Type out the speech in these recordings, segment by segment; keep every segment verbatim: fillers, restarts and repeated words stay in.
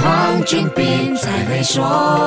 黄俊斌才会说。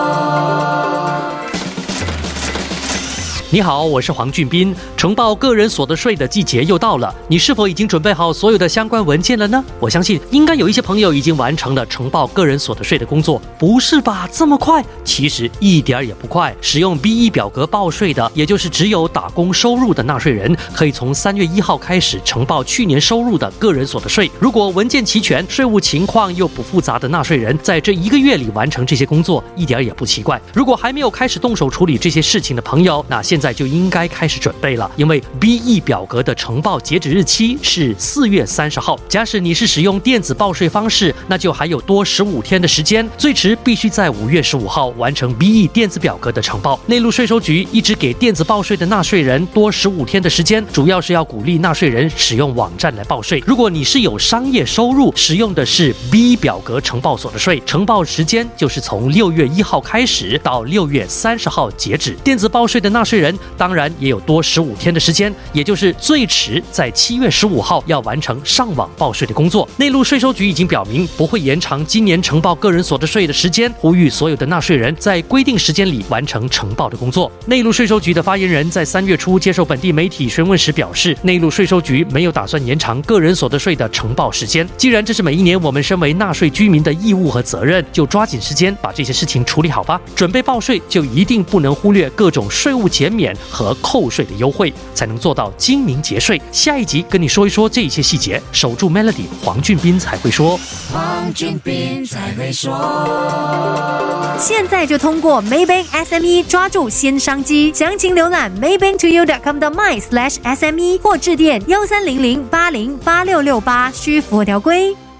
你好，我是黄俊斌。呈报个人所得税的季节又到了，你是否已经准备好所有的相关文件了呢？我相信应该有一些朋友已经完成了呈报个人所得税的工作，不是吧？这么快？其实一点也不快。使用 B 一 表格报税的，也就是只有打工收入的纳税人，可以从三月一号开始呈报去年收入的个人所得税。如果文件齐全、税务情况又不复杂的纳税人，在这一个月里完成这些工作，一点也不奇怪。如果还没有开始动手处理这些事情的朋友，那现在就应该开始准备了，因为 B 一 表格的呈报截止日期是四月三十号。假使你是使用电子报税方式，那就还有多十五天的时间，最迟必须在五月十五号完成 B 一 电子表格的呈报。内陆税收局一直给电子报税的纳税人多十五天的时间，主要是要鼓励纳税人使用网站来报税。如果你是有商业收入，使用的是 B 一 表格呈报所得税，呈报时间就是从六月一号开始到六月三十号截止。电子报税的纳税人当然也有多十五天的时间，也就是最迟在七月十五号要完成上网报税的工作。内陆税收局已经表明不会延长今年呈报个人所得税的时间，呼吁所有的纳税人在规定时间里完成呈报的工作。内陆税收局的发言人在三月初接受本地媒体询问时表示，内陆税收局没有打算延长个人所得税的呈报时间。既然这是每一年我们身为纳税居民的义务和责任，就抓紧时间把这些事情处理好吧。准备报税就一定不能忽略各种税务减免和扣税的优惠，才能做到精明节税。下一集跟你说一说这些细节，守住 Melody， 黄俊斌才会说。 黄俊斌才会说。 现在就通过 Maybank S M E 抓住新商机，详情浏览 maybank to you dot com 的 my slash S M E 或致电幺三零零八零八六六八，需符合条规。